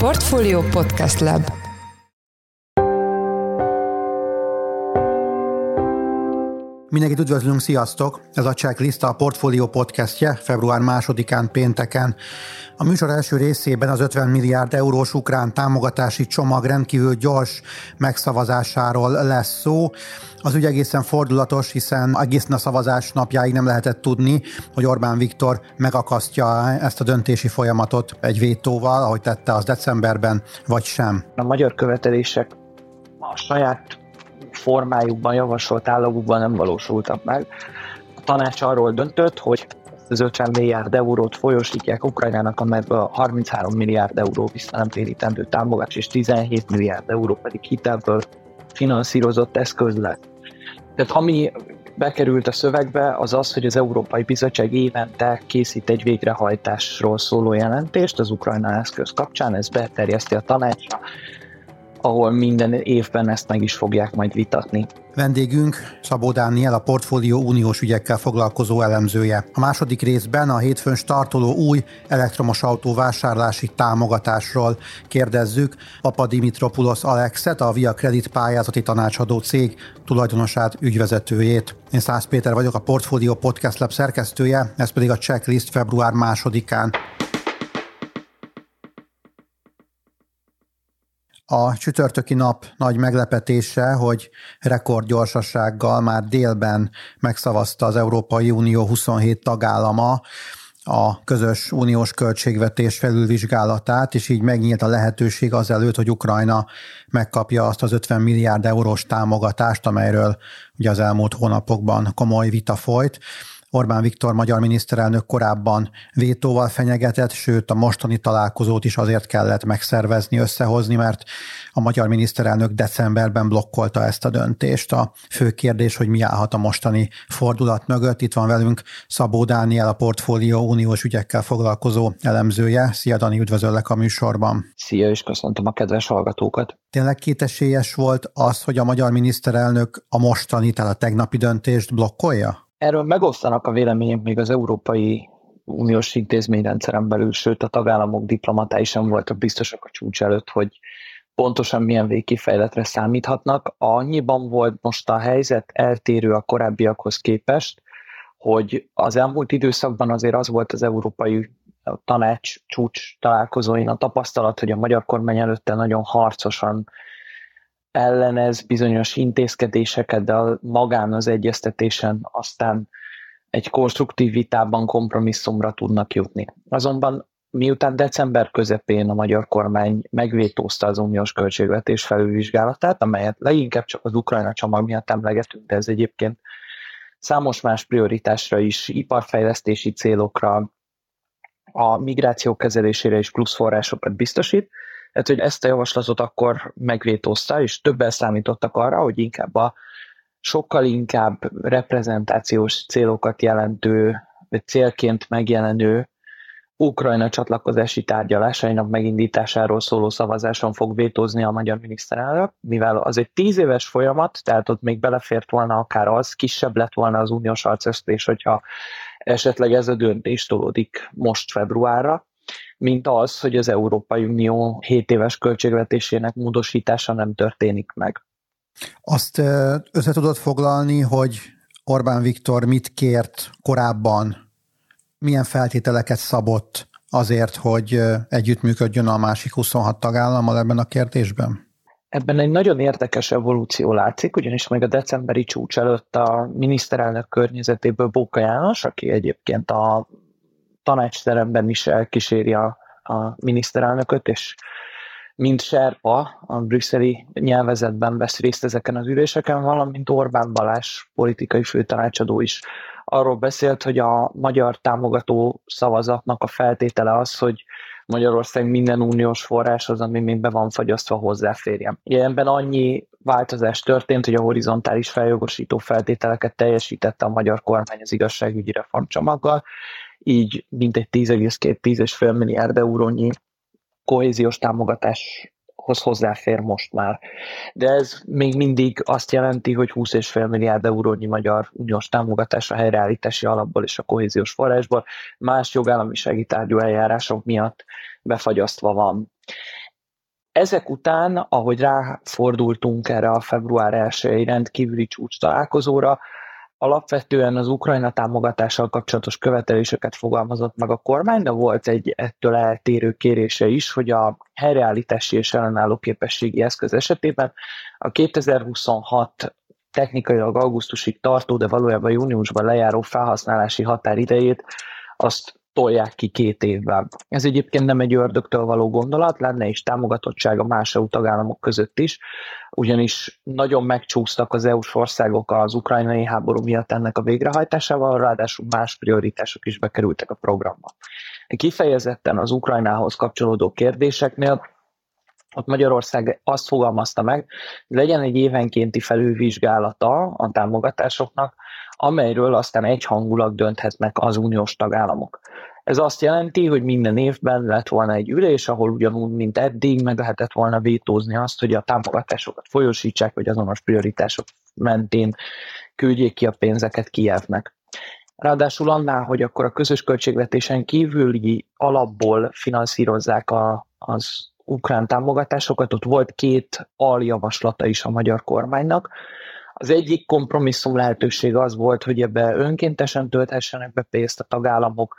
Portfolio Podcast Lab. Mindenkit üdvözlünk, sziasztok! Ez a Checklist, a Portfolio podcastje február 2-án pénteken. A műsor első részében az 50 milliárd eurós ukrán támogatási csomag rendkívül gyors megszavazásáról lesz szó. Az ügy egészen fordulatos, hiszen egészen a szavazás napjáig nem lehetett tudni, hogy Orbán Viktor megakasztja ezt a döntési folyamatot egy vétóval, ahogy tette az decemberben, vagy sem. A magyar követelések a saját formájukban, javasolt állagukban nem valósultak meg. A tanács arról döntött, hogy az 50 milliárd eurót folyósítják Ukrajnának, amelyből 33 milliárd euró visszanemtérítendő támogatás és 17 milliárd euró pedig hitelből finanszírozott eszköz lett. Tehát ami bekerült a szövegbe, az az, hogy az Európai Bizottság évente készít egy végrehajtásról szóló jelentést az Ukrajna eszköz kapcsán, ez beterjeszti a tanácsra, ahol minden évben ezt meg is fogják majd vitatni. Vendégünk Szabó Dániel, a Portfolio uniós ügyekkel foglalkozó elemzője. A második részben a hétfőn startoló új elektromos autó vásárlási támogatásról kérdezzük Papadimitropulos Alexet, a Via Credit pályázati tanácsadó cég tulajdonosát, ügyvezetőjét. Én Szász Péter vagyok, a Portfolio Podcast Lab szerkesztője, ez pedig a Checklist február 2-án. A csütörtöki nap nagy meglepetése, hogy rekordgyorsasággal már délben megszavazta az Európai Unió 27 tagállama a közös uniós költségvetés felülvizsgálatát, és így megnyílt a lehetőség azelőtt, hogy Ukrajna megkapja azt az 50 milliárd eurós támogatást, amelyről ugye az elmúlt hónapokban komoly vita folyt. Orbán Viktor magyar miniszterelnök korábban vétóval fenyegetett, sőt a mostani találkozót is azért kellett megszervezni, összehozni, mert a magyar miniszterelnök decemberben blokkolta ezt a döntést. A fő kérdés, hogy mi állhat a mostani fordulat mögött. Itt van velünk Szabó Dániel, a Portfolio uniós ügyekkel foglalkozó elemzője. Szia Dani, üdvözöllek a műsorban. Szia, és köszöntöm a kedves hallgatókat. Tényleg kétesélyes volt az, hogy a magyar miniszterelnök a mostani, tehát a tegnapi döntést blokkolja? Erről megosztanak a vélemények még az Európai Uniós intézményrendszeren belül, sőt a tagállamok diplomatái sem voltak biztosak a csúcs előtt, hogy pontosan milyen végkifejletre számíthatnak. Annyiban volt most a helyzet eltérő a korábbiakhoz képest, hogy az elmúlt időszakban azért az volt az Európai Tanács csúcs találkozóin a tapasztalat, hogy a magyar kormány előtte nagyon harcosan ellenez bizonyos intézkedéseket, de magán az egyeztetésen aztán egy konstruktív vitában kompromisszumra tudnak jutni. Azonban miután december közepén a magyar kormány megvétózta az uniós költségvetés felülvizsgálatát, amelyet leginkább csak az Ukrajna csomag miatt emlegetünk, de ez egyébként számos más prioritásra is, iparfejlesztési célokra, a migráció kezelésére is plusz forrásokat biztosít. Tehát, hogy ezt a javaslatot akkor megvétózta, és többen számítottak arra, hogy sokkal inkább reprezentációs célokat jelentő, vagy célként megjelenő Ukrajna csatlakozási tárgyalásainak megindításáról szóló szavazáson fog vétózni a magyar miniszterelnök, mivel az egy 10 éves folyamat, tehát ott még belefért volna akár az, kisebb lett volna az uniós arcvesztés, hogyha esetleg ez a döntés tolódik most februárra, mint az, hogy az Európai Unió 7 éves költségvetésének módosítása nem történik meg. Azt össze tudod foglalni, hogy Orbán Viktor mit kért korábban, milyen feltételeket szabott azért, hogy együttműködjön a másik 26 tagállammal ebben a kérdésben? Ebben egy nagyon érdekes evolúció látszik, ugyanis még a decemberi csúcs előtt a miniszterelnök környezetéből Bóka János, aki egyébként a tanácsteremben is elkíséri a miniszterelnököt, és mint serpa a brüsszeli nyelvezetben vesz részt ezeken az üléseken, valamint Orbán Balázs politikai főtanácsadó is arról beszélt, hogy a magyar támogató szavazatnak a feltétele az, hogy Magyarország minden uniós forráshoz, ami még be van fagyasztva, hozzáférjen. Ilyenben annyi változás történt, hogy a horizontális feljogosító feltételeket teljesítette a magyar kormány az igazságügyi reformcsomaggal, így mintegy 10,5 milliárd eurónyi kohéziós támogatáshoz hozzáfér most már. De ez még mindig azt jelenti, hogy 20,5 milliárd eurónyi magyar uniós támogatás a helyreállítási alapból és a kohéziós forrásból más jogállamisági tárgyú eljárások miatt befagyasztva van. Ezek után, ahogy ráfordultunk erre a február 1-i rendkívüli csúcs találkozóra, alapvetően az Ukrajna támogatással kapcsolatos követeléseket fogalmazott meg a kormány, de volt egy ettől eltérő kérése is, hogy a helyreállítási és ellenálló képességi eszköz esetében a 2026 technikailag augusztusig tartó, de valójában júniusban lejáró felhasználási határidejét azt tolják ki 2 évvel. Ez egyébként nem egy ördögtől való gondolat, lenne is támogatottsága más EU tagállamok között is, ugyanis nagyon megcsúsztak az EU-s országok az ukrajnai háború miatt ennek a végrehajtásával, ráadásul más prioritások is bekerültek a programba. Kifejezetten az Ukrajnához kapcsolódó kérdéseknél ott Magyarország azt fogalmazta meg, hogy legyen egy évenkénti felülvizsgálata a támogatásoknak, amelyről aztán egyhangulag dönthetnek az uniós tagállamok. Ez azt jelenti, hogy minden évben lett volna egy ülés, ahol ugyanúgy, mint eddig, meg lehetett volna vétózni azt, hogy a támogatásokat folyósítsák, vagy azonos prioritások mentén küldjék ki a pénzeket Kijevnek. Ráadásul annál, hogy akkor a közös költségvetésen kívüli alapból finanszírozzák az ukrán támogatásokat, ott volt 2 aljavaslata is a magyar kormánynak. Az egyik kompromisszum lehetőség az volt, hogy ebbe önkéntesen tölthessenek be pénzt a tagállamok,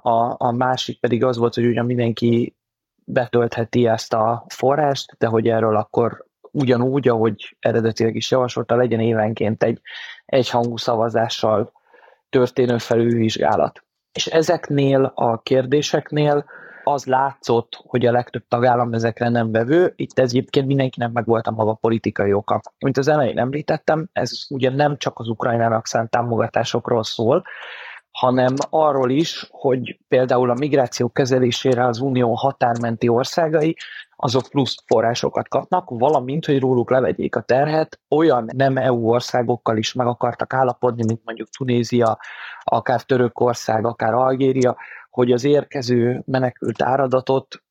a másik pedig az volt, hogy ugyan mindenki betöltheti ezt a forrást, de hogy erről akkor ugyanúgy, ahogy eredetileg is javasolta, legyen évenként egy egyhangú szavazással történő felülvizsgálat. És ezeknél a kérdéseknél az látszott, hogy a legtöbb tagállam ezekre nem vevő, itt ez egyébként mindenkinek megvolt a maga politikai oka. Mint az elején említettem, ez ugye nem csak az Ukrajnának szánt támogatásokról szól, hanem arról is, hogy például a migráció kezelésére az unió határmenti országai azok plusz forrásokat kapnak, valamint, hogy róluk levegyék a terhet, olyan nem EU országokkal is meg akartak állapodni, mint mondjuk Tunézia, akár Törökország, akár Algéria, hogy az érkező menekült áradatot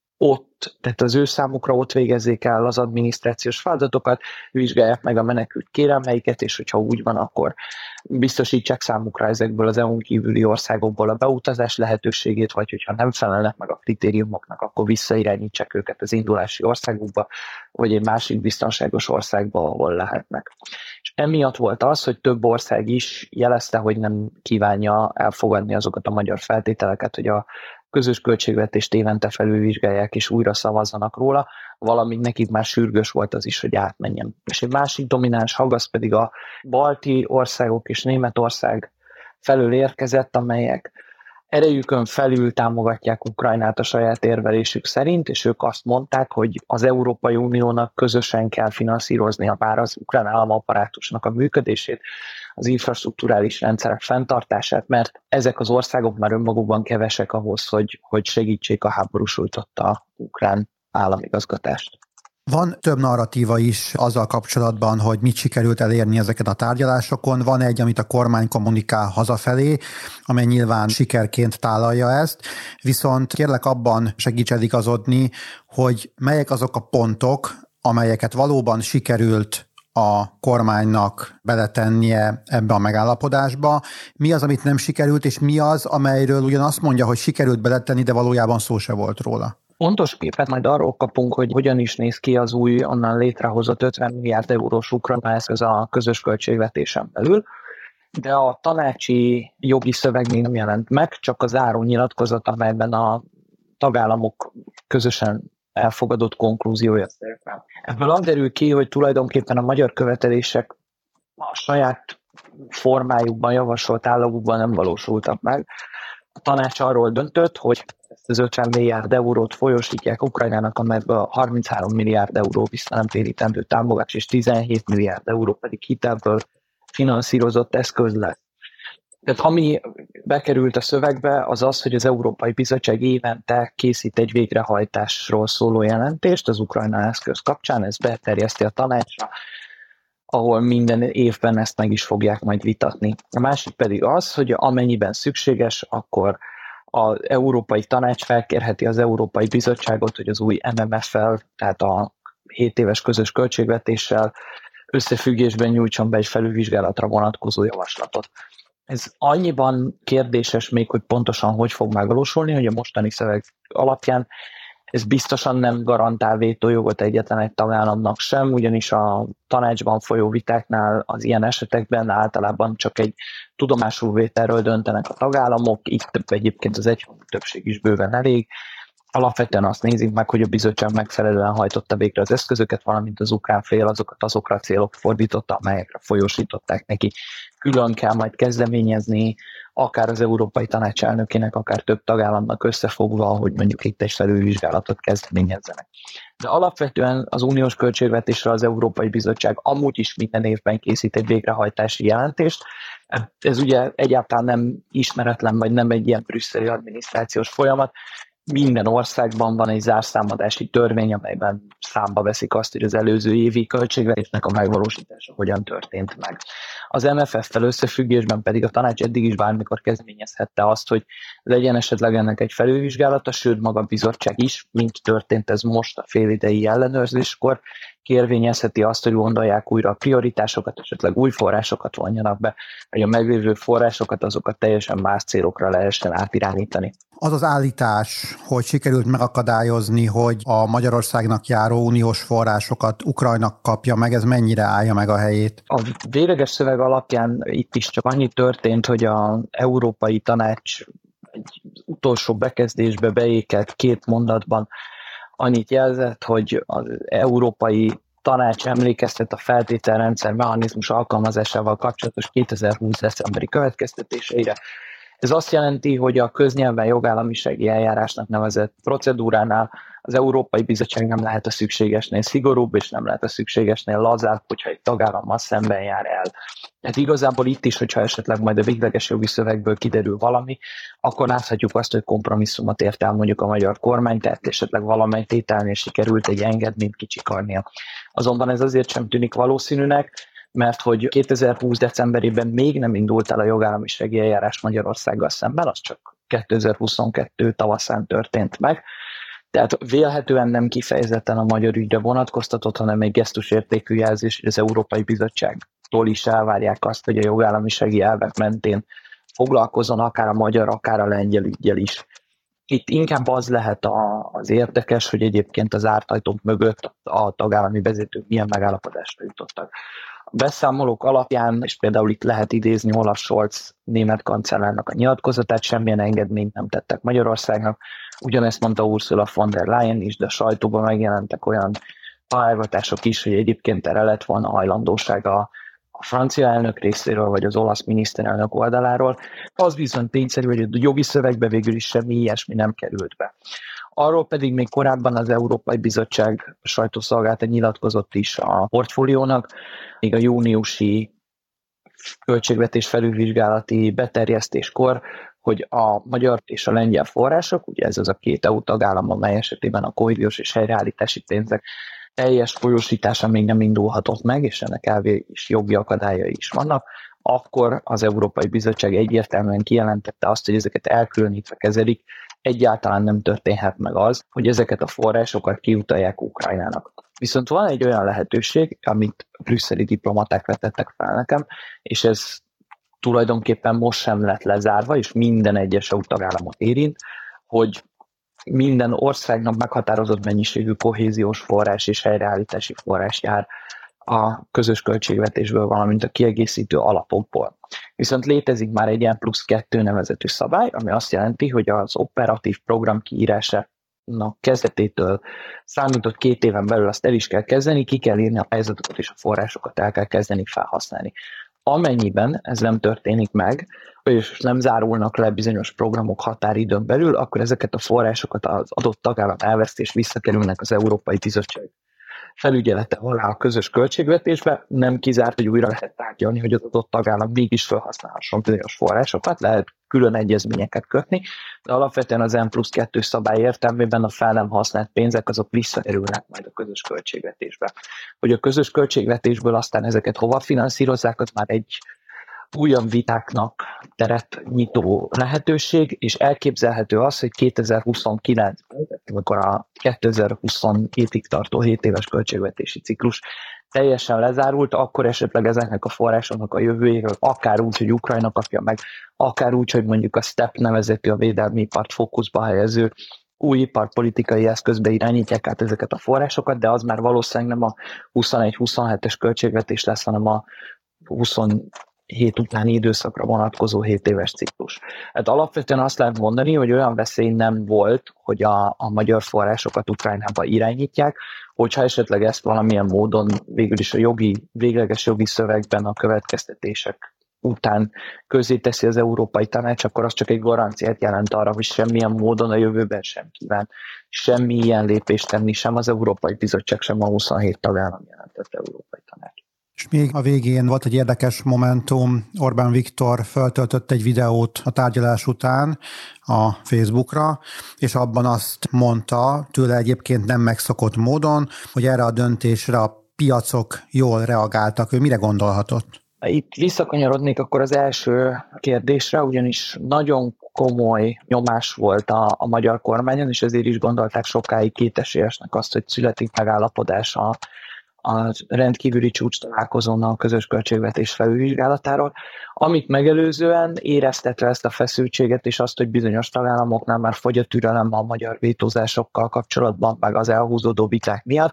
ott, tehát az ő számukra ott végezzék el az adminisztrációs feladatokat, vizsgálják meg a menekült kérelmeiket, és hogyha úgy van, akkor biztosítsák számukra ezekből az EU-n kívüli országokból a beutazás lehetőségét, vagy hogyha nem felelnek meg a kritériumoknak, akkor visszairányítsák őket az indulási országukba, vagy egy másik biztonságos országba, ahol lehetnek. És emiatt volt az, hogy több ország is jelezte, hogy nem kívánja elfogadni azokat a magyar feltételeket, hogy a közös költségvetést évente felülvizsgálják és újra szavazzanak róla, valamint nekik már sürgős volt az is, hogy átmenjen. És egy másik domináns hang az pedig a balti országok és Németország felől érkezett, amelyek erejükön felül támogatják Ukrajnát a saját érvelésük szerint, és ők azt mondták, hogy az Európai Uniónak közösen kell finanszíroznia bár az ukrán államapparátusnak a működését, az infrastrukturális rendszerek fenntartását, mert ezek az országok már önmagukban kevesek ahhoz, hogy segítsék a háború sújtotta ukrán államigazgatást. Van több narratíva is azzal kapcsolatban, hogy mit sikerült elérni ezeken a tárgyalásokon. Van egy, amit a kormány kommunikál hazafelé, amely nyilván sikerként tálalja ezt, viszont kérlek abban segíts eligazodni, hogy melyek azok a pontok, amelyeket valóban sikerült a kormánynak beletennie ebbe a megállapodásba. Mi az, amit nem sikerült, és mi az, amelyről ugyan azt mondja, hogy sikerült beletenni, de valójában szó se volt róla? Pontos képet majd arról kapunk, hogy hogyan is néz ki az új, onnan létrehozott 50 milliárd eurós Ukrajna eszköz a közös költségvetésen belül, de a tanácsi jogi szöveg még nem jelent meg, csak a záró nyilatkozat, amelyben a tagállamok közösen elfogadott konklúziója szerepel. Ebből az derül ki, hogy tulajdonképpen a magyar követelések a saját formájukban, javasolt állagukban nem valósultak meg. A tanács arról döntött, hogy ezt az 50 milliárd eurót folyósítják Ukrajnának, amelyből 33 milliárd euró visszanemtérítendő támogatás, és 17 milliárd euró pedig hitelből finanszírozott eszköz lesz. Tehát ami bekerült a szövegbe, az az, hogy az Európai Bizottság évente készít egy végrehajtásról szóló jelentést az Ukrajna eszköz kapcsán, ez beterjeszti a tanácsra, ahol minden évben ezt meg is fogják majd vitatni. A másik pedig az, hogy amennyiben szükséges, akkor az Európai Tanács felkérheti az Európai Bizottságot, hogy az új MMF-fel, tehát a 7 éves közös költségvetéssel összefüggésben nyújtson be egy felülvizsgálatra vonatkozó javaslatot. Ez annyiban kérdéses még, hogy pontosan hogy fog megvalósulni, hogy a mostani szöveg alapján Ez biztosan nem garantál vétójogot egyetlen egy tagállamnak sem, ugyanis a tanácsban folyó vitáknál az ilyen esetekben általában csak egy tudomásul vételről döntenek a tagállamok, itt egyébként az egyhangú többség is bőven elég. Alapvetően azt nézik meg, hogy a bizottság megfelelően hajtotta végre az eszközöket, valamint az ukrán fél azokat azokra a célok fordította, amelyekre folyósították neki. Külön kell majd kezdeményezni, akár az Európai Tanács elnökének, akár több tagállamnak összefogva, hogy mondjuk itt egy felülvizsgálatot kezdeményezzenek. De alapvetően az uniós költségvetésre az Európai Bizottság amúgy is minden évben készít egy végrehajtási jelentést. Ez ugye egyáltalán nem ismeretlen, vagy nem egy ilyen brüsszeli adminisztrációs folyamat. Minden országban van egy zárszámadási törvény, amelyben számba veszik azt, hogy az előző évi költségvetésnek a megvalósítása hogyan történt meg. Az MFF-fel összefüggésben pedig a tanács eddig is bármikor kezdeményezhette azt, hogy legyen esetleg ennek egy felülvizsgálata, sőt maga a bizottság is, mint történt ez most a félidei ellenőrzéskor, kérvényezheti azt, hogy gondolják újra a prioritásokat, esetleg új forrásokat vonjanak be, hogy a meglévő forrásokat azokat teljesen más célokra lehessen átirányítani. Az az állítás, hogy sikerült megakadályozni, hogy a Magyarországnak járó uniós forrásokat Ukrajna kapja meg, ez mennyire állja meg a helyét? A végleges szöveg alapján itt is csak annyi történt, hogy az Európai Tanács egy utolsó bekezdésbe beékelt 2 mondatban annyit jelzett, hogy az Európai Tanács emlékeztet a feltételrendszer mechanizmus alkalmazásával kapcsolatos 2020. decemberi következtetéseire. Ez azt jelenti, hogy a köznyelven jogállamisági eljárásnak nevezett procedúránál az Európai Bizottság nem lehet a szükségesnél szigorúbb, és nem lehet a szükségesnél lazább, hogyha egy tagállammal szemben jár el. Tehát igazából itt is, hogyha esetleg majd a végleges jogi szövegből kiderül valami, akkor láthatjuk azt, hogy kompromisszumot ért el mondjuk a magyar kormány, tehát esetleg valamely tételnél sikerült egy engedményt kicsikarnia. Azonban ez azért sem tűnik valószínűnek, mert hogy 2020. decemberében még nem indult el a jogállamisági eljárás Magyarországgal szemben, az csak 2022 tavaszán történt meg. Tehát vélhetően nem kifejezetten a magyar ügyre vonatkoztatott, hanem egy gesztusértékű jelzés, hogy az Európai Bizottságtól is elvárják azt, hogy a jogállamisági elvek mentén foglalkozzon akár a magyar, akár a lengyel üggyel is. Itt inkább az lehet az érdekes, hogy egyébként az zárt ajtók mögött a tagállami vezetők milyen megállapodásra jutottak. A beszámolók alapján, és például itt lehet idézni Olaf Scholz német kancellárnak a nyilatkozatát, semmilyen engedményt nem tettek Magyarországnak. Ugyanezt mondta Ursula von der Leyen is, de a sajtóban megjelentek olyan találgatások is, hogy egyébként erre lett volna hajlandósága a francia elnök részéről, vagy az olasz miniszterelnök oldaláról. Az viszont tényszerű, hogy a jogi szövegbe végül is semmi ilyesmi nem került be. Arról pedig még korábban az Európai Bizottság sajtószolgálata nyilatkozott is a portfóliónak, még a júniusi költségvetés felülvizsgálati beterjesztéskor, hogy a magyar és a lengyel források, ugye ez az a 2 EU tagállam, amely esetében a kohéziós és helyreállítási pénzek teljes folyósítása még nem indulhatott meg, és ennek elvég is jogi akadályai is vannak, akkor az Európai Bizottság egyértelműen kijelentette azt, hogy ezeket elkülönítve kezelik, egyáltalán nem történhet meg az, hogy ezeket a forrásokat kiutalják Ukrajnának. Viszont van egy olyan lehetőség, amit a brüsszeli diplomaták vetettek fel nekem, és ez tulajdonképpen most sem lett lezárva, és minden egyes EU tagállamot érint, hogy minden országnak meghatározott mennyiségű kohéziós forrás és helyreállítási forrás jár a közös költségvetésből, valamint a kiegészítő alapokból. Viszont létezik már egy ilyen +2 nevezetű szabály, ami azt jelenti, hogy az operatív program kiírásának kezdetétől számított 2 éven belül azt el is kell kezdeni, ki kell írni a pályázatokat és a forrásokat el kell kezdeni felhasználni. Amennyiben ez nem történik meg, és nem zárulnak le bizonyos programok határidőn belül, akkor ezeket a forrásokat az adott tagállam elveszti és visszakerülnek az Európai Bizottság felügyelete alá a közös költségvetésbe. Nem kizárt, hogy újra lehet tárgyalni, hogy az adott tagállam mégis felhasználhasson bizonyos forrásokat, lehet külön egyezményeket kötni, de alapvetően az N+2 szabály értelmében a fel nem használt pénzek azok visszakerülnek majd a közös költségvetésbe. Hogy a közös költségvetésből aztán ezeket hova finanszírozzák, az már egy újabb vitáknak teret nyitó lehetőség, és elképzelhető az, hogy 2029-ben, amikor a 2022-ig tartó 7 éves költségvetési ciklus teljesen lezárult, akkor esetleg ezeknek a forrásoknak a jövőjéről akár úgy, hogy Ukrajna kapja meg, akár úgy, hogy mondjuk a STEP nevezetű, a védelmi ipart fókuszba helyező új iparpolitikai eszközbe irányítják át ezeket a forrásokat, de az már valószínűleg nem a 21-27-es költségvetés lesz, hanem a 27 utáni időszakra vonatkozó 7 éves ciklus. Hát alapvetően azt lehet mondani, hogy olyan veszély nem volt, hogy a magyar forrásokat Ukrajnába irányítják, hogyha esetleg ezt valamilyen módon végül is a végleges jogi szövegben a következtetések után közzéteszi az Európai Tanács, akkor az csak egy garanciát jelent arra, hogy semmilyen módon a jövőben sem kíván semmilyen lépést tenni, sem az Európai Bizottság, sem a 27 tagállam jelentett Európai Tanács. És még a végén volt egy érdekes momentum, Orbán Viktor feltöltött egy videót a tárgyalás után a Facebookra, és abban azt mondta, tőle egyébként nem megszokott módon, hogy erre a döntésre a piacok jól reagáltak. Ő mire gondolhatott? Itt visszakanyarodnék akkor az első kérdésre, ugyanis nagyon komoly nyomás volt a magyar kormányon, és ezért is gondolták sokáig kétesélyesnek azt, hogy születik megállapodás a rendkívüli csúcs találkozón a közös költségvetés felülvizsgálatáról, amit megelőzően éreztetve ezt a feszültséget, és azt, hogy bizonyos tagállamoknál már fogy a türelem a magyar vétózásokkal kapcsolatban, meg az elhúzódó viták miatt.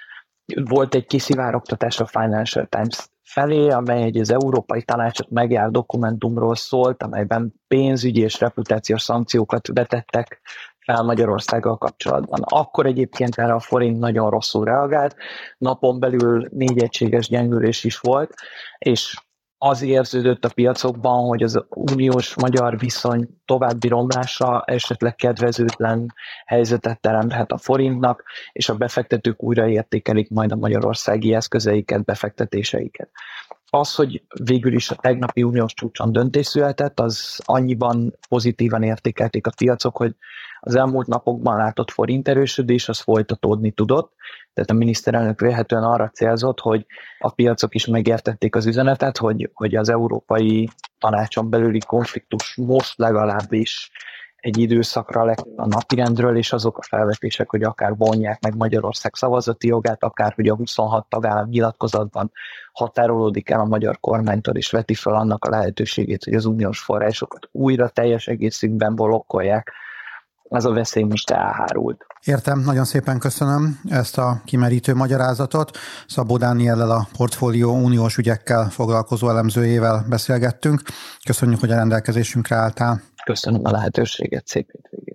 Volt egy kiszivárogtatás a Financial Times felé, amely egy az Európai Tanácsot megjár dokumentumról szólt, amelyben pénzügyi és reputációs szankciókat vetettek fel Magyarországgal kapcsolatban. Akkor egyébként erre a forint nagyon rosszul reagált, napon belül 4 egységes gyengülés is volt, és az érződött a piacokban, hogy az uniós-magyar viszony további romlásra esetleg kedvezőtlen helyzetet teremthet a forintnak, és a befektetők újraértékelik majd a magyarországi eszközeiket, befektetéseiket. Az, hogy végül is a tegnapi uniós csúcson döntés született, az annyiban pozitívan értékelték a piacok, hogy az elmúlt napokban látott forint erősödés az folytatódni tudott, tehát a miniszterelnök vélhetően arra célzott, hogy a piacok is megértették az üzenetet, hogy az Európai Tanácson belüli konfliktus most legalábbis egy időszakra lekerül a napirendről, és azok a felvetések, hogy akár vonják meg Magyarország szavazati jogát, akár hogy a 26 tagállam nyilatkozatban határolódik el a magyar kormánytól, és veti fel annak a lehetőségét, hogy az uniós forrásokat újra teljes egészükben blokkolják. Ez a veszély most elhárult. Értem, nagyon szépen köszönöm ezt a kimerítő magyarázatot. Szabó Dániellel, a Portfólió uniós ügyekkel foglalkozó elemzőjével beszélgettünk. Köszönjük, hogy a rendelkezésünkre álltál. Köszönöm a lehetőséget, szép hétvégét.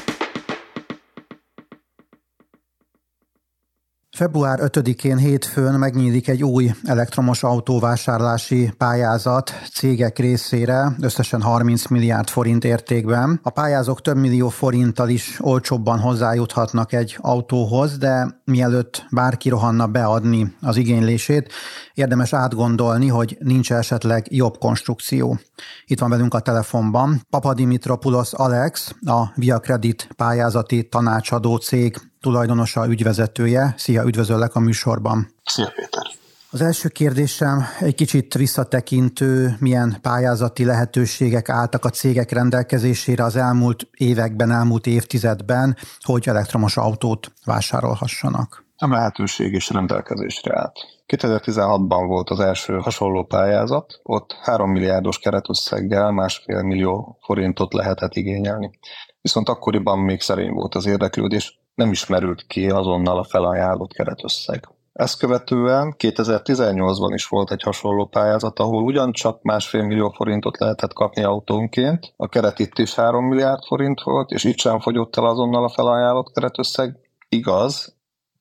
Február 5-én hétfőn megnyílik egy új elektromos autóvásárlási pályázat cégek részére, összesen 30 milliárd forint értékben. A pályázók több millió forinttal is olcsóbban hozzájuthatnak egy autóhoz, de mielőtt bárki rohanna beadni az igénylését, érdemes átgondolni, hogy nincs esetleg jobb konstrukció. Itt van velünk a telefonban Papadimitropulos Alex, a Via Credit pályázati tanácsadó cég tulajdonosa, ügyvezetője. Szia, üdvözöllek a műsorban. Szia, Péter. Az első kérdésem egy kicsit visszatekintő, milyen pályázati lehetőségek álltak a cégek rendelkezésére az elmúlt években, elmúlt évtizedben, hogy elektromos autót vásárolhassanak. A lehetőség is rendelkezésre állt. 2016-ban volt az első hasonló pályázat, ott 3 milliárdos keretösszeggel 1,5 millió forintot lehetett igényelni. Viszont akkoriban még szerény volt az érdeklődés, nem ismerült ki azonnal a felajánlott keretösszeg. Ezt követően 2018-ban is volt egy hasonló pályázat, ahol ugyancsak 1,5 millió forintot lehetett kapni autónként. A keret itt is 3 milliárd forint volt, és itt sem fogyott el azonnal a felajánlott keretösszeg. Igaz,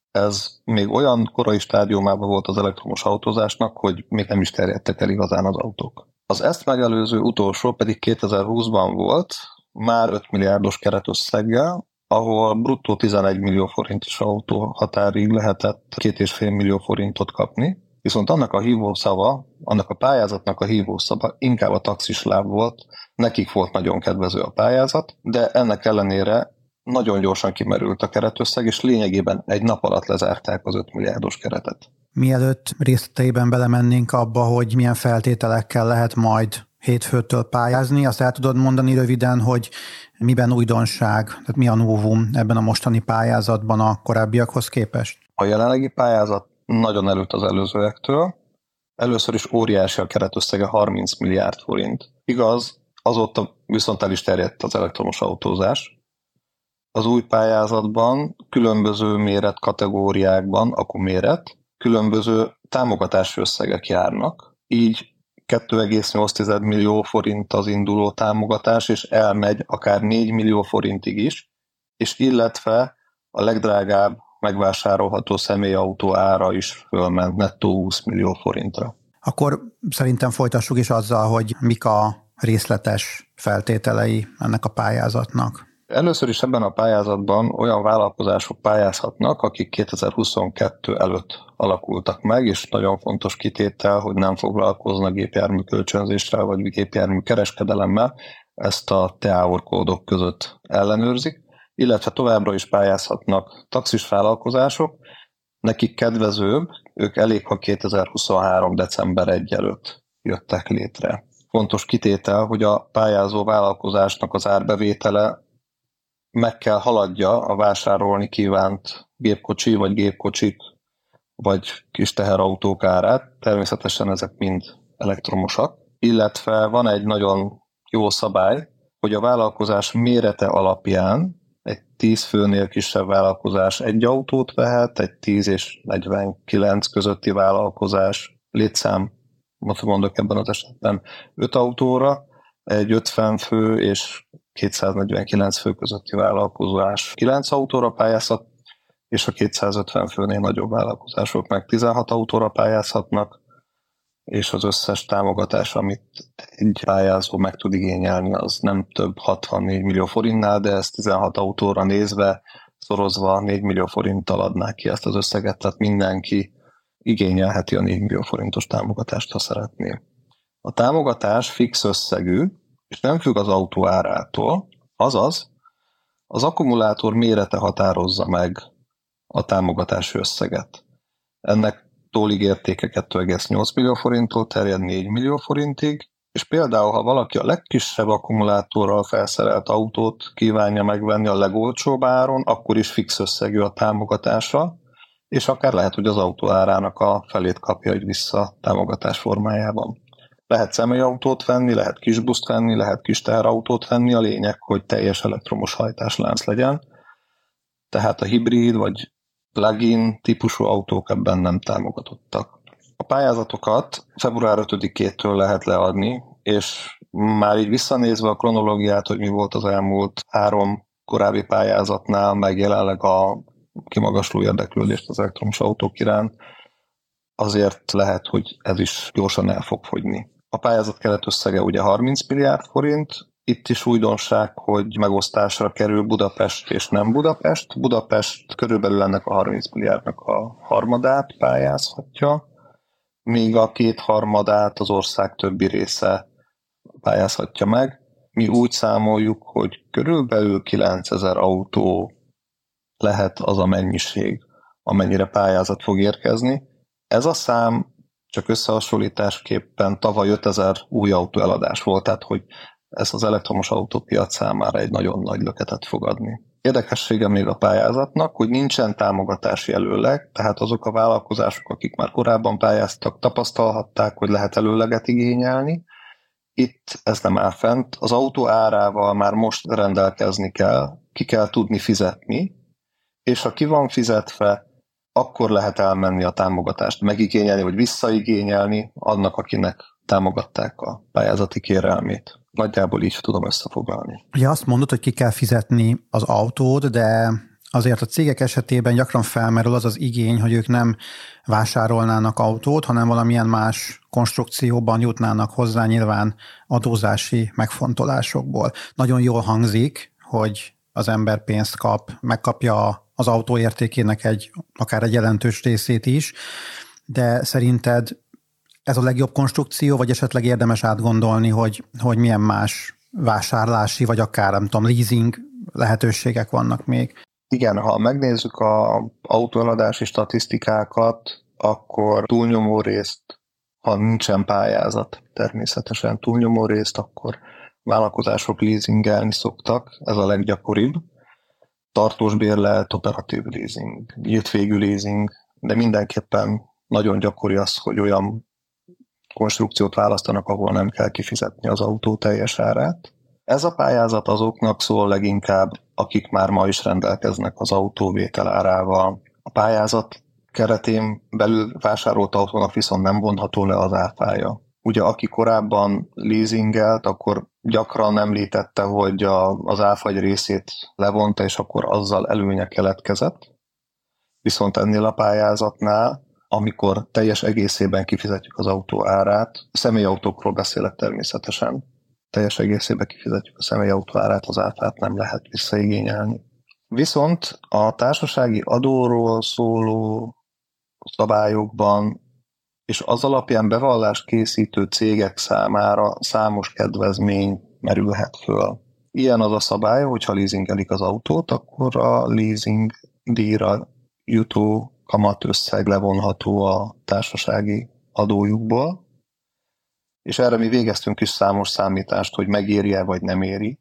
ez még olyan korai stádiumában volt az elektromos autózásnak, hogy még nem is terjedtek el igazán az autók. Az ezt megelőző utolsó pedig 2020-ban volt, már 5 milliárdos keretösszeggel, ahol bruttó 11 millió forintos autó határig lehetett 2,5 millió forintot kapni, viszont annak a hívószava, annak a pályázatnak a hívószava inkább a taxisláb volt, nekik volt nagyon kedvező a pályázat, de ennek ellenére nagyon gyorsan kimerült a keretösszeg, és lényegében egy nap alatt lezárták az 5 milliárdos keretet. Mielőtt részleteiben belemennénk abba, hogy milyen feltételekkel lehet majd hétfőtől pályázni, azt el tudod mondani röviden, hogy miben újdonság, tehát mi a novum ebben a mostani pályázatban a korábbiakhoz képest? A jelenlegi pályázat nagyon előtt az előzőektől. Először is óriási a keretösszege, 30 milliárd forint. Igaz, azóta viszont el is terjedt az elektromos autózás. az új pályázatban különböző méretkategóriákban, akkuméret, különböző támogatási összegek járnak. Így 2,8 millió forint az induló támogatás, és elmegy akár 4 millió forintig is, és illetve a legdrágább megvásárolható személyautó ára is fölment nettó 20 millió forintra. Akkor szerintem folytassuk is azzal, hogy mik a részletes feltételei ennek a pályázatnak. Először is ebben a pályázatban olyan vállalkozások pályázhatnak, akik 2022 előtt alakultak meg, és nagyon fontos kitétel, hogy nem foglalkoznak gépjármű kölcsönzéssel vagy gépjármű kereskedelemmel, ezt a TEAOR kódok között ellenőrzik, illetve továbbra is pályázhatnak taxis vállalkozások, nekik kedvezőbb, ők elég, ha 2023. december 1 előtt jöttek létre. Fontos kitétel, hogy a pályázó vállalkozásnak az árbevétele meg kell haladja a vásárolni kívánt gépkocsi, vagy gépkocsik, vagy kis teherautók árát. Természetesen ezek mind elektromosak. Illetve van egy nagyon jó szabály, hogy a vállalkozás mérete alapján egy 10 főnél kisebb vállalkozás egy autót vehet, egy 10 és 49 közötti vállalkozás létszám, most mondok ebben az esetben 5 autóra, egy 50 fő és 249 fő közötti vállalkozás 9 autóra pályázhat, és a 250 főnél nagyobb vállalkozások meg 16 autóra pályázhatnak, és az összes támogatás, amit egy pályázó meg tud igényelni, az nem több 64 millió forintnál, de ezt 16 autóra nézve, szorozva 4 millió forinttal adnák ki ezt az összeget, tehát mindenki igényelheti a 4 millió forintos támogatást, ha szeretné. A támogatás fix összegű, és nem függ az autó árától, azaz az akkumulátor mérete határozza meg a támogatási összeget. Ennek tólig értéke 2,8 millió forinttól terjed 4 millió forintig, és például, ha valaki a legkisebb akkumulátorral felszerelt autót kívánja megvenni a legolcsóbb áron, akkor is fix összegű a támogatása, és akár lehet, hogy az autó árának a felét kapja egy vissza támogatás formájában. Lehet személyautót venni, lehet kisbuszt venni, lehet kis teherautót venni, a lényeg, hogy teljes elektromos hajtáslánc legyen, tehát a hibrid vagy plug-in típusú autók ebben nem támogatottak. A pályázatokat február 5-től lehet leadni, és már így visszanézve a kronológiát, hogy mi volt az elmúlt 3 korábbi pályázatnál, meg jelenleg a kimagasló érdeklődést az elektromos autók iránt, azért lehet, hogy ez is gyorsan el fog fogyni. A pályázat keretösszege ugye 30 milliárd forint, itt is újdonság, hogy megosztásra kerül Budapest és nem Budapest. Budapest körülbelül ennek a 30 milliárdnak a harmadát pályázhatja, míg a 2/3 az ország többi része pályázhatja meg. Mi úgy számoljuk, hogy körülbelül 9000 autó lehet az a mennyiség, amennyire pályázat fog érkezni. Ez a szám csak összehasonlításképpen tavaly 5000 új autó eladás volt, tehát hogy ez az elektromos autópiac számára egy nagyon nagy löketet fog adni. Érdekessége még a pályázatnak, hogy nincsen támogatási előleg, tehát azok a vállalkozások, akik már korábban pályáztak, tapasztalhatták, hogy lehet előleget igényelni. Itt ez nem áll fent. Az autó árával már most rendelkezni kell, ki kell tudni fizetni, és ha ki van fizetve, akkor lehet elmenni a támogatást megigényelni, vagy visszaigényelni annak, akinek támogatták a pályázati kérelmét. Nagyjából így tudom összefoglalni. Ugye azt mondod, hogy ki kell fizetni az autót, de azért a cégek esetében gyakran felmerül az az igény, hogy ők nem vásárolnának autót, hanem valamilyen más konstrukcióban jutnának hozzá, nyilván adózási megfontolásokból. Nagyon jól hangzik, hogy az ember pénzt kap, megkapja az autó értékének akár egy jelentős részét is, de szerinted ez a legjobb konstrukció, vagy esetleg érdemes átgondolni, hogy milyen más vásárlási, vagy akár nem tudom, leasing lehetőségek vannak még? Igen, ha megnézzük az autóeladási statisztikákat, akkor túlnyomó részt, ha nincsen pályázat, természetesen túlnyomó részt, akkor vállalkozások leasingelni szoktak, ez a leggyakoribb. Tartós bérlet, operatív leasing, nyílt végű leasing, de mindenképpen nagyon gyakori az, hogy olyan konstrukciót választanak, ahol nem kell kifizetni az autó teljes árát. Ez a pályázat azoknak szól leginkább, akik már ma is rendelkeznek az autóvétel árával. A pályázat keretén belül vásárolt autónak viszont nem vonható le az áfája. Ugye aki korábban leasingelt, akkor gyakran említette, hogy az áfa egy részét levonta, és akkor azzal előnye keletkezett. Viszont ennél a pályázatnál, amikor teljes egészében kifizetjük az autó árát, személyautókról beszélek természetesen, teljes egészében kifizetjük a személyautó árát, az áfát nem lehet visszaigényelni. Viszont a társasági adóról szóló szabályokban és az alapján bevallást készítő cégek számára számos kedvezmény merülhet föl. Ilyen az a szabály, hogyha leasingelik az autót, akkor a leasing díjra jutó kamatösszeg levonható a társasági adójukból, és erre mi végeztünk is számos számítást, hogy megéri-e vagy nem éri,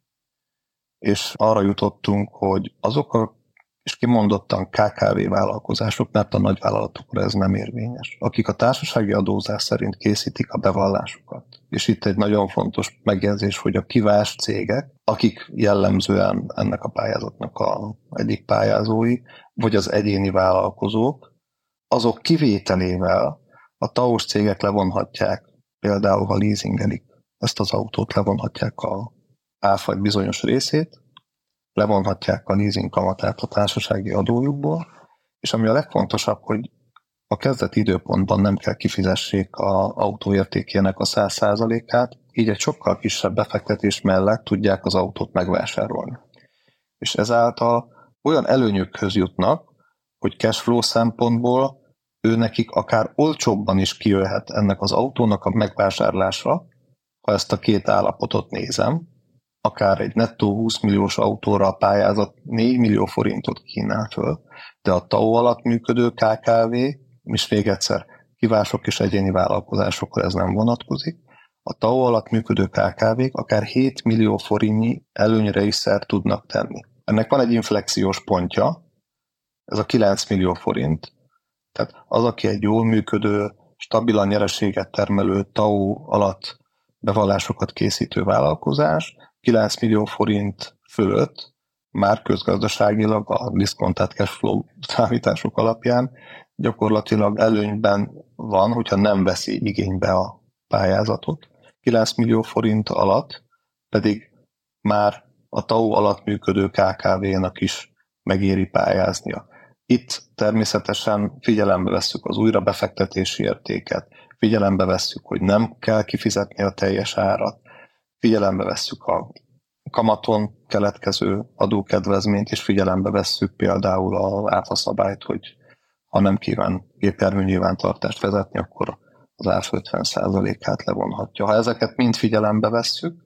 és arra jutottunk, hogy azok a és kimondottan KKV vállalkozások, mert a nagyvállalatokra ez nem érvényes, akik a társasági adózás szerint készítik a bevallásukat. És itt egy nagyon fontos megjegyzés, hogy a kivás cégek, akik jellemzően ennek a pályázatnak egyik pályázói, vagy az egyéni vállalkozók, azok kivételével a TAO-s cégek levonhatják, például ha leasingelik ezt az autót, levonhatják a áfa bizonyos részét, levonhatják a leasing kamatát a társasági adójukból, és ami a legfontosabb, hogy a kezdeti időpontban nem kell kifizessék az autó értékének a 100%-át, így egy sokkal kisebb befektetés mellett tudják az autót megvásárolni. És ezáltal olyan előnyökhöz jutnak, hogy cashflow szempontból nekik akár olcsóbban is kijöhet ennek az autónak a megvásárlása, ha ezt a két állapotot nézem, akár egy nettó 20 milliós autóra a pályázat 4 millió forintot kínál föl, de a TAO alatt működő KKV, és még egyszer, kivások és egyéni vállalkozásokra ez nem vonatkozik, a TAO alatt működő KKV-k akár 7 millió forintnyi előnyre is szert tudnak tenni. Ennek van egy inflexiós pontja, ez a 9 millió forint, tehát az, aki egy jól működő, stabilan nyereséget termelő TAO alatt bevallásokat készítő vállalkozás, 9 millió forint fölött már közgazdaságilag a diszkontált cashflow számítások alapján gyakorlatilag előnyben van, hogyha nem veszi igénybe a pályázatot. 9 millió forint alatt pedig már a TAO alatt működő KKV-nak is megéri pályáznia. Itt természetesen figyelembe vesszük az újrabefektetési értéket, figyelembe vesszük, hogy nem kell kifizetni a teljes árat, figyelembe vesszük a kamaton keletkező adókedvezményt, és figyelembe vesszük például az áfa szabályt, hogy ha nem kíván gépjármű nyilvántartást vezetni, akkor az áfa 50%-át levonhatja. Ha ezeket mind figyelembe vesszük,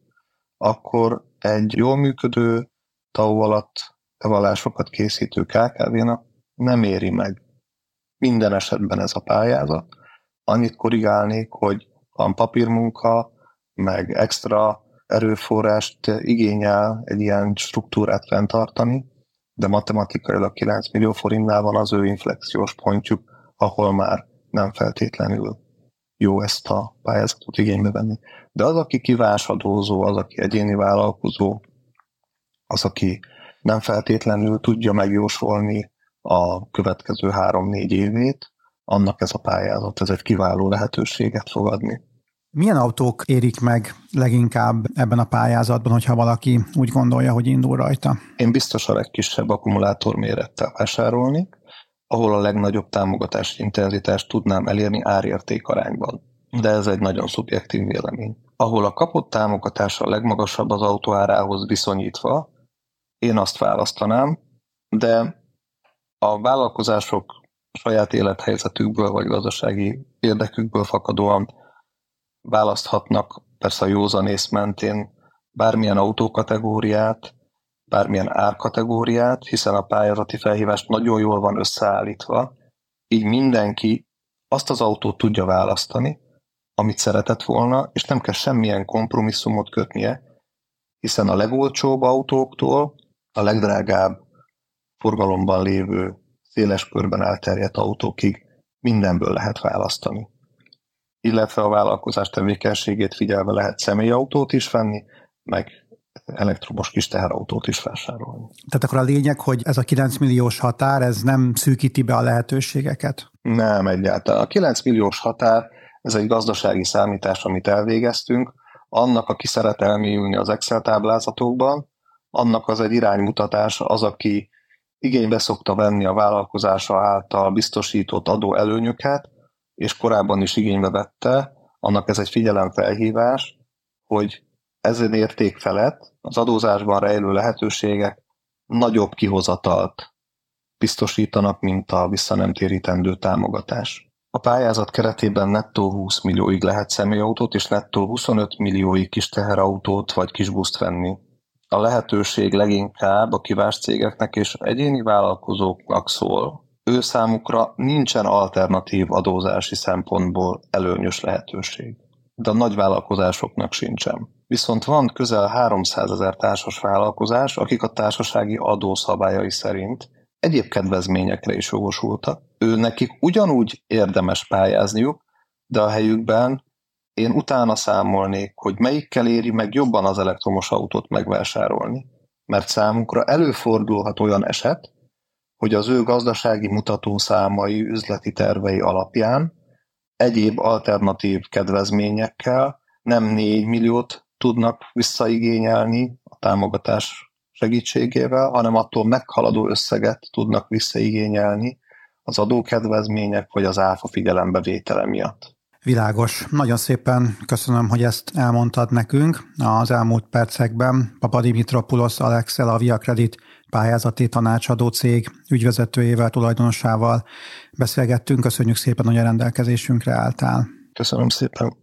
akkor egy jól működő TAO alatt bevallásokat készítő KKV-nak nem éri meg minden esetben ez a pályázat. Annyit korrigálnék, hogy van papírmunka, meg extra erőforrást igényel egy ilyen struktúrát fenntartani, de matematikailag 9 millió forintnál van az ő inflexiós pontjuk, ahol már nem feltétlenül jó ezt a pályázatot igénybe venni. De az, aki kivásadózó, az, aki egyéni vállalkozó, az, aki nem feltétlenül tudja megjósolni a következő 3-4 évét, annak ez a pályázat, ez egy kiváló lehetőséget fog adni. Milyen autók érik meg leginkább ebben a pályázatban, hogyha valaki úgy gondolja, hogy indul rajta? Én biztos a legkisebb akkumulátormérettel vásárolnék, ahol a legnagyobb támogatási intenzitást tudnám elérni árérték arányban. De ez egy nagyon szubjektív vélemény. Ahol a kapott támogatás a legmagasabb az autó árához viszonyítva, én azt választanám, de a vállalkozások saját élethelyzetükből vagy gazdasági érdekükből fakadóan választhatnak persze a józanész mentén bármilyen autókategóriát, bármilyen árkategóriát, hiszen a pályázati felhívás nagyon jól van összeállítva, így mindenki azt az autót tudja választani, amit szeretett volna, és nem kell semmilyen kompromisszumot kötnie, hiszen a legolcsóbb autóktól a legdrágább forgalomban lévő, széles körben elterjedt autókig mindenből lehet választani. Illetve a vállalkozás tevékenységét figyelve lehet személyautót is venni, meg elektromos kis teherautót is vásárolni. Tehát akkor a lényeg, hogy ez a 9 milliós határ, ez nem szűkíti be a lehetőségeket? Nem, egyáltalán. A 9 milliós határ, ez egy gazdasági számítás, amit elvégeztünk, annak, aki szeret elmélyülni az Excel táblázatokban, annak az egy iránymutatás, az, aki igénybe szokta venni a vállalkozása által biztosított adóelőnyöket, és korábban is igénybe vette, annak ez egy figyelemfelhívás, hogy ezen érték felett az adózásban rejlő lehetőségek nagyobb kihozatalt biztosítanak, mint a visszanemtérítendő támogatás. A pályázat keretében nettó 20 millióig lehet személyautót, és nettó 25 millióig kis teherautót vagy kisbuszt venni. A lehetőség leginkább a kivás cégeknek és egyéni vállalkozóknak szól. Ő számukra nincsen alternatív adózási szempontból előnyös lehetőség, de a nagy vállalkozásoknak sincsen. Viszont van közel 300 000 társas vállalkozás, akik a társasági adó szabályai szerint egyéb kedvezményekre is jogosultak. Nekik ugyanúgy érdemes pályázniuk, de a helyükben én utána számolnék, hogy melyikkel éri meg jobban az elektromos autót megvásárolni. Mert számukra előfordulhat olyan eset, hogy az ő gazdasági mutatószámai, üzleti tervei alapján egyéb alternatív kedvezményekkel nem 4 milliót tudnak visszaigényelni a támogatás segítségével, hanem attól meghaladó összeget tudnak visszaigényelni az adókedvezmények vagy az áfa figyelembevétele miatt. Világos. Nagyon szépen köszönöm, hogy ezt elmondtad nekünk. Az elmúlt percekben Papadimitropulos Alexel, a Via Credit pályázati tanácsadó cég ügyvezetőjével, tulajdonosával beszélgettünk. Köszönjük szépen, hogy a rendelkezésünkre álltál. Köszönöm szépen.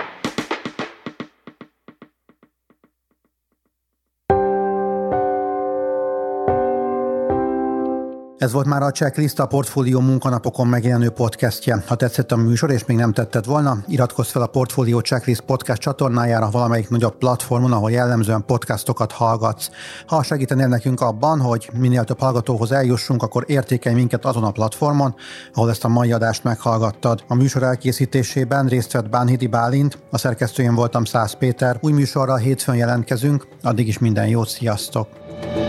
Ez volt már a Checklist, a Portfolio munkanapokon megjelenő podcastje. Ha tetszett a műsor, és még nem tetted volna, iratkozz fel a Portfolio Checklist podcast csatornájára valamelyik nagyobb platformon, ahol jellemzően podcastokat hallgatsz. Ha segítenél nekünk abban, hogy minél több hallgatóhoz eljussunk, akkor értékelj minket azon a platformon, ahol ezt a mai adást meghallgattad. A műsor elkészítésében részt vett Bánhidi Bálint, a szerkesztőjén voltam Szász Péter. Új műsorral hétfőn jelentkezünk, addig is minden jót, sziasztok!